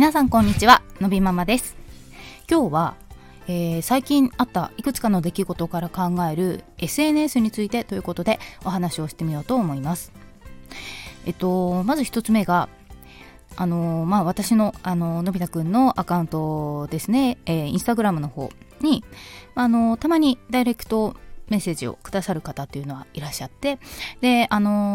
皆さんこんにちは、のびママです。今日は、最近あったいくつかの出来事から考える SNS についてということでお話をしてみようと思います。まず一つ目が私ののび太くんのアカウントですね、インスタグラムの方にたまにダイレクトメッセージをくださる方っていうのはいらっしゃって、で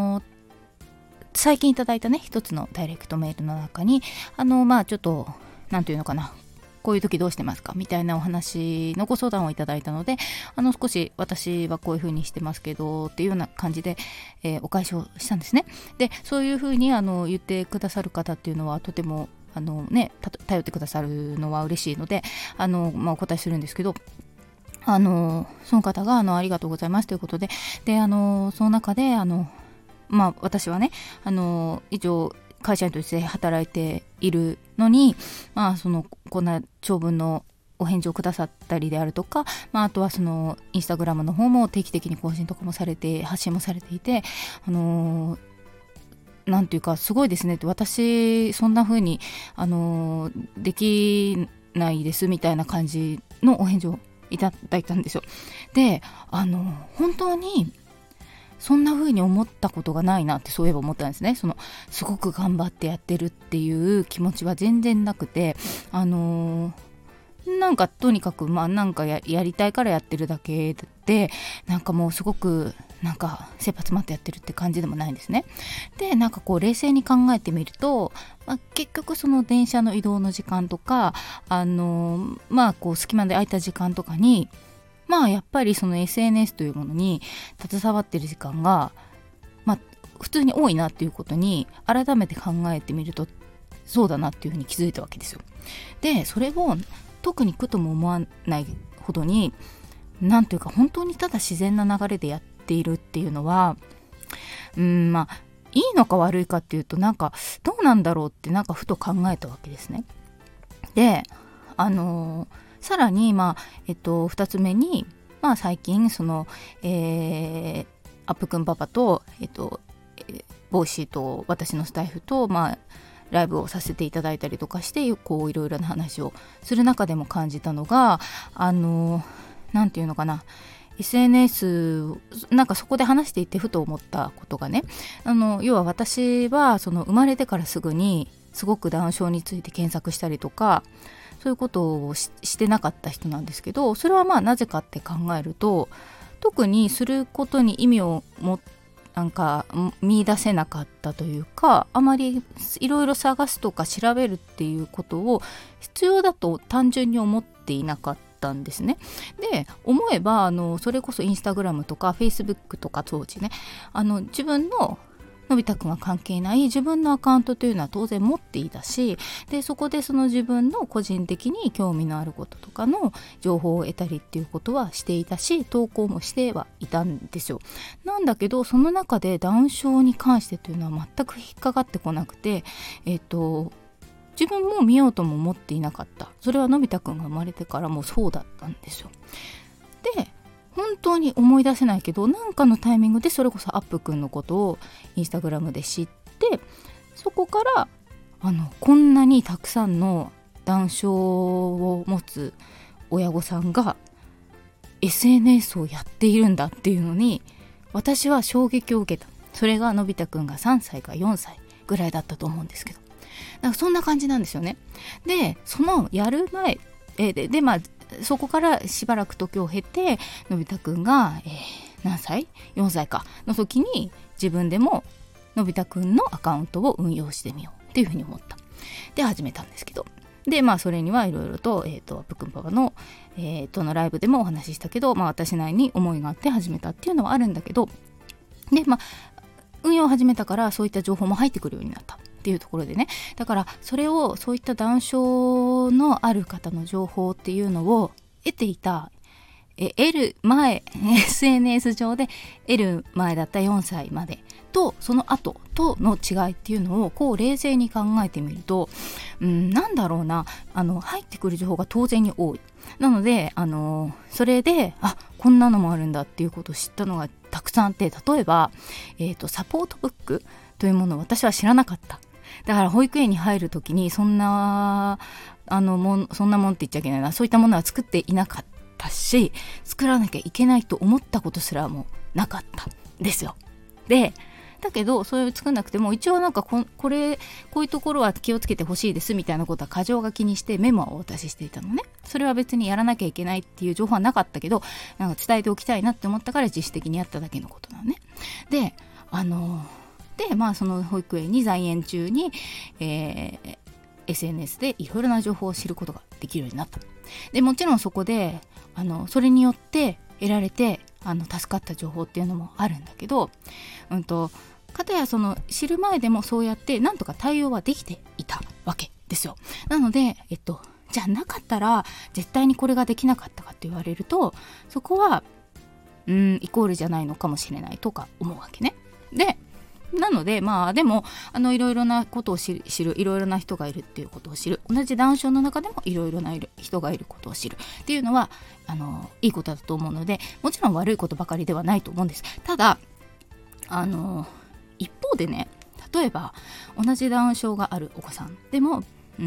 最近いただいたね一つのダイレクトメールの中にちょっとなんていうのかな、こういう時どうしてますかみたいなお話のご相談をいただいたので、少し私はこういう風にしてますけどっていうような感じで、お返しをしたんですね。でそういう風に言ってくださる方っていうのはとても頼ってくださるのは嬉しいのでお答えするんですけど、その方がありがとうございますということで、その中で私はね一応会社員として働いているのに、こんな長文のお返事をくださったりであるとか、あとはそのインスタグラムの方も定期的に更新とかもされて発信もされていて、なんていうかすごいですねって、私そんな風にできないですみたいな感じのお返事をいただいたんですよ。で本当にそんな風に思ったことがないなってそういえば思ったんですね。すごく頑張ってやってるっていう気持ちは全然なくて、なんかとにかくなんか やりたいからやってるだけで、なんかもうすごくなんか切羽詰まってやってるって感じでもないんですね。でなんかこう冷静に考えてみると、結局その電車の移動の時間とかこう隙間で空いた時間とかにやっぱりその SNS というものに携わってる時間が普通に多いなっていうことに改めて考えてみると、そうだなっていうふうに気づいたわけですよ。でそれを特に苦とも思わないほどに、なんというか本当にただ自然な流れでやっているっていうのは、いいのか悪いかっていうと、なんかどうなんだろうってなんかふと考えたわけですね。でさらに2つ目に最近その、アップくんパパとボイシーと私のスタイフとライブをさせていただいたりとかしてこういろいろな話をする中でも感じたのがなんていうのかな、 SNS なんかそこで話していてふと思ったことがね、要は私はその生まれてからすぐにすごくダウン症について検索したりとかそういうことを してなかった人なんですけど、それはなぜかって考えると、特にすることに意味を見出せなかったというか、あまりいろいろ探すとか調べるっていうことを必要だと単純に思っていなかったんですね。で思えばそれこそインスタグラムとかフェイスブックとか当時ね自分ののび太くんは関係ない自分のアカウントというのは当然持っていたし、でそこでその自分の個人的に興味のあることとかの情報を得たりっていうことはしていたし、投稿もしてはいたんですよ。なんだけどその中でダウン症に関してというのは全く引っかかってこなくて、自分も見ようとも思っていなかった。それはのび太くんが生まれてからもそうだったんですよ。で本当に思い出せないけど、なんかのタイミングでそれこそアップくんのことをインスタグラムで知って、そこからこんなにたくさんのダウン症を持つ親御さんが SNS をやっているんだっていうのに私は衝撃を受けた。それがのび太くんが3歳か4歳ぐらいだったと思うんですけど、なんかそんな感じなんですよね。でそのやる前そこからしばらく時を経てのび太くんが、何歳 ?4 歳かの時に自分でものび太くんのアカウントを運用してみようっていうふうに思った。で始めたんですけど、でそれにはいろいろとアップくんパパの、とのライブでもお話ししたけど、私なりに思いがあって始めたっていうのはあるんだけど、で運用を始めたからそういった情報も入ってくるようになったっていうところでね、だからそういったダウン症のある方の情報っていうのを得ていた得る前SNS 上で得る前だった4歳までとその後との違いっていうのをこう冷静に考えてみると、なんだろうな、入ってくる情報が当然に多い。なのでそれでこんなのもあるんだっていうことを知ったのがたくさんあって、例えば、サポートブックというものを私は知らなかった。 だから保育園に入る時にそんなもんって言っちゃいけないな、そういったものは作っていなかったし、作らなきゃいけないと思ったことすらもなかったんですよ。でだけどそれを作んなくても一応なんかこういうところは気をつけてほしいですみたいなことは箇条書きにしてメモをお渡ししていたのね。それは別にやらなきゃいけないっていう情報はなかったけど、なんか伝えておきたいなって思ったから自主的にやっただけのことなのね。でその保育園に在園中に、SNS でいろいろな情報を知ることができるようになった。でもちろんそこでそれによって得られて助かった情報っていうのもあるんだけど、かたやその知る前でもそうやってなんとか対応はできていたわけですよ。なのでじゃあなかったら絶対にこれができなかったかって言われると、そこはイコールじゃないのかもしれないとか思うわけね。でなのででもいろいろなことを知る、いろいろな人がいるっていうことを知る、同じダウン症の中でもいろいろな人がいることを知るっていうのはいいことだと思うので、もちろん悪いことばかりではないと思うんです。ただ一方でね、例えば同じダウン症があるお子さんでも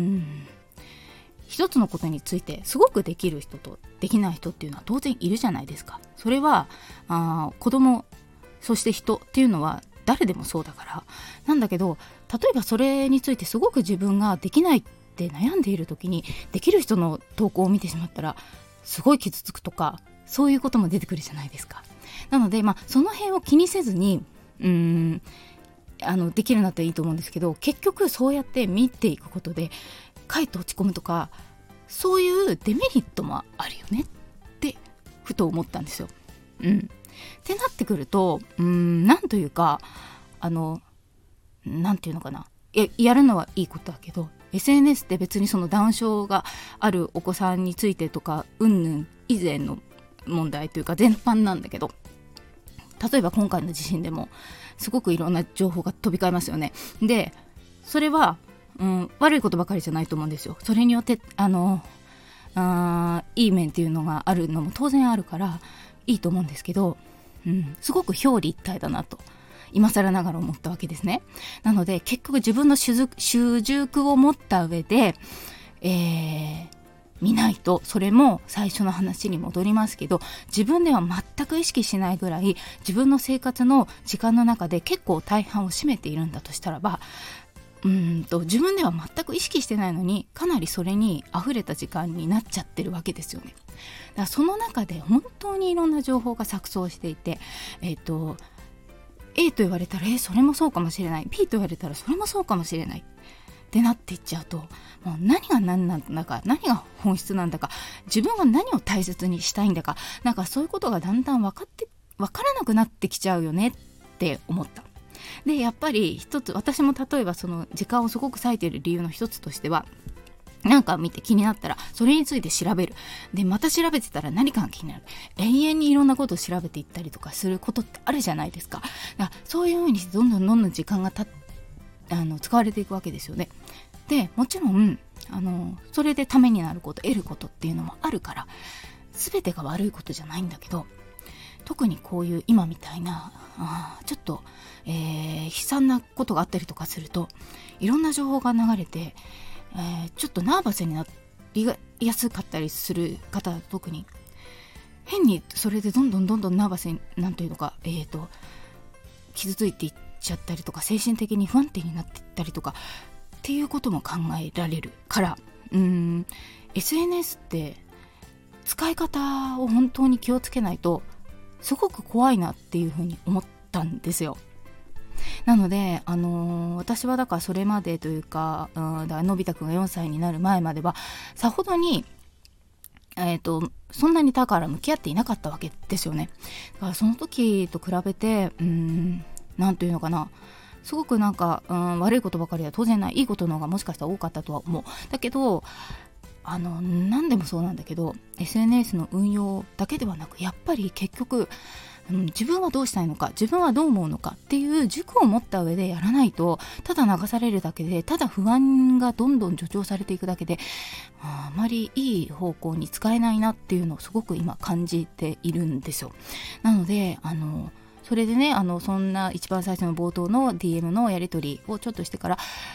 一つのことについてすごくできる人とできない人っていうのは当然いるじゃないですか。それは子供そして人っていうのは誰でもそうだからなんだけど、例えばそれについてすごく自分ができないって悩んでいる時にできる人の投稿を見てしまったらすごい傷つくとか、そういうことも出てくるじゃないですか。なのでその辺を気にせずにできるようになったらいいと思うんですけど、結局そうやって見ていくことでかえって落ち込むとか、そういうデメリットもあるよねってふと思ったんですよ。ってなってくるとなんというかなんていうのかな、やるのはいいことだけど SNS って別にそのダウン症があるお子さんについてとか以前の問題というか全般なんだけど、例えば今回の地震でもすごくいろんな情報が飛び交いますよね。でそれは、悪いことばかりじゃないと思うんですよ。それによっていい面っていうのがあるのも当然あるからいいと思うんですけど、すごく表裏一体だなと今更ながら思ったわけですね。なので結局自分の主軸を持った上で、見ないと、それも最初の話に戻りますけど、自分では全く意識しないぐらい自分の生活の時間の中で結構大半を占めているんだとしたらば、自分では全く意識してないのにかなりそれに溢れた時間になっちゃってるわけですよね。だからその中で本当にいろんな情報が錯綜していて、A と言われたらそれもそうかもしれない、 B と言われたらそれもそうかもしれないってなっていっちゃうと、もう何が何なんだか、何が本質なんだか、自分は何を大切にしたいんだか、なんかそういうことがだんだん分からなくなってきちゃうよねって思った。でやっぱり一つ、私も例えばその時間をすごく割いている理由の一つとしては、なんか見て気になったらそれについて調べる。でまた調べてたら何かが気になる。永遠にいろんなことを調べていったりとかすることってあるじゃないですか。だからそういうふうにしてどんどん時間が使われていくわけですよね。でもちろんそれでためになること、得ることっていうのもあるから、全てが悪いことじゃないんだけど、特にこういう今みたいなちょっと、悲惨なことがあったりとかすると、いろんな情報が流れて、ちょっとナーバスになりやすかったりする方は特に変にそれでどんどんナーバスになんというのか、傷ついていっちゃったりとか、精神的に不安定になっていったりとかっていうことも考えられるから、SNS って使い方を本当に気をつけないとすごく怖いなっていうふうに思ったんですよ。なので、私はだからそれまでというか、のび太くんが4歳になる前まではさほどに、そんなにだから向き合っていなかったわけですよね。だからその時と比べてなんというのかな、すごくなんか、悪いことばかりは当然ない、いいことの方がもしかしたら多かったとは思う。だけど何でもそうなんだけど SNS の運用だけではなく、やっぱり結局自分はどうしたいのか、自分はどう思うのかっていう軸を持った上でやらないと、ただ流されるだけで、ただ不安がどんどん助長されていくだけで、あまりいい方向に使えないなっていうのをすごく今感じているんですよ。なのでそれでね、そんな一番最初の冒頭の DM のやり取りをちょっとしてから、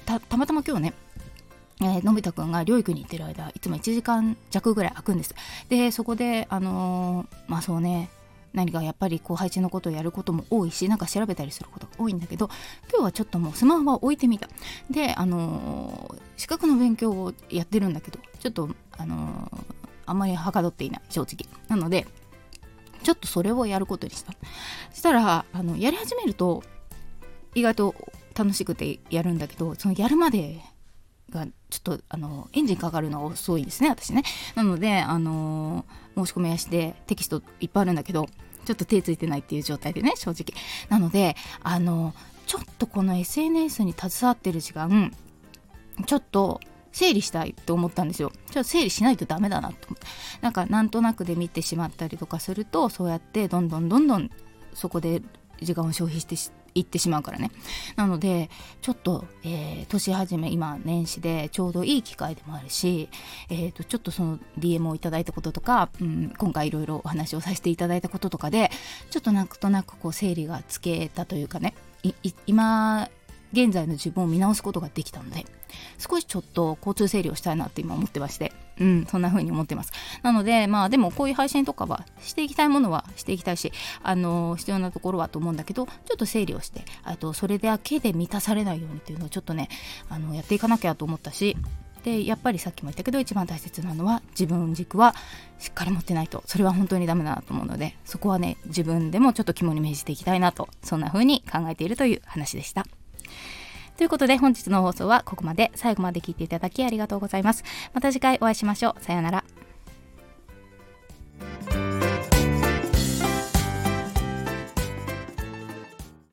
たまたま今日ね、のび太くんが療育に行ってる間いつも1時間弱ぐらい空くんです。でそこでそうね、何かやっぱり配置のことをやることも多いし、なんか調べたりすることが多いんだけど、今日はちょっともうスマホは置いてみた。で資格の勉強をやってるんだけど、ちょっとあんまりはかどっていない、正直なのでちょっとそれをやることにした。そしたらやり始めると意外と楽しくてやるんだけど、そのやるまでがちょっとエンジンかかるのが遅いですね、私ね。なので申し込みやしてテキストいっぱいあるんだけど、ちょっと手ついてないっていう状態でね、正直なのでちょっとこの SNS に携わってる時間ちょっと整理したいと思ったんですよ。ちょっと整理しないとダメだなと思って、なんとなくで見てしまったりとかすると、そうやってどんどんそこで時間を消費していってしまうからね。なのでちょっと、年始め、今年始でちょうどいい機会でもあるし、ちょっとその DM をいただいたこととか、今回いろいろお話をさせていただいたこととかで、ちょっとなんとなく整理がつけたというかね、今現在の自分を見直すことができたので、少しちょっと交通整理をしたいなって今思ってまして、そんな風に思ってます。なのででもこういう配信とかはしていきたいものはしていきたいし、必要なところはと思うんだけど、ちょっと整理をして、それだけで満たされないようにっていうのをちょっとねやっていかなきゃと思ったし、でやっぱりさっきも言ったけど、一番大切なのは自分軸はしっかり持ってないと、それは本当にダメだなと思うので、そこはね自分でもちょっと肝に銘じていきたいなと、そんな風に考えているという話でした。ということで本日の放送はここまで。最後まで聞いていただきありがとうございます。また次回お会いしましょう。さようなら。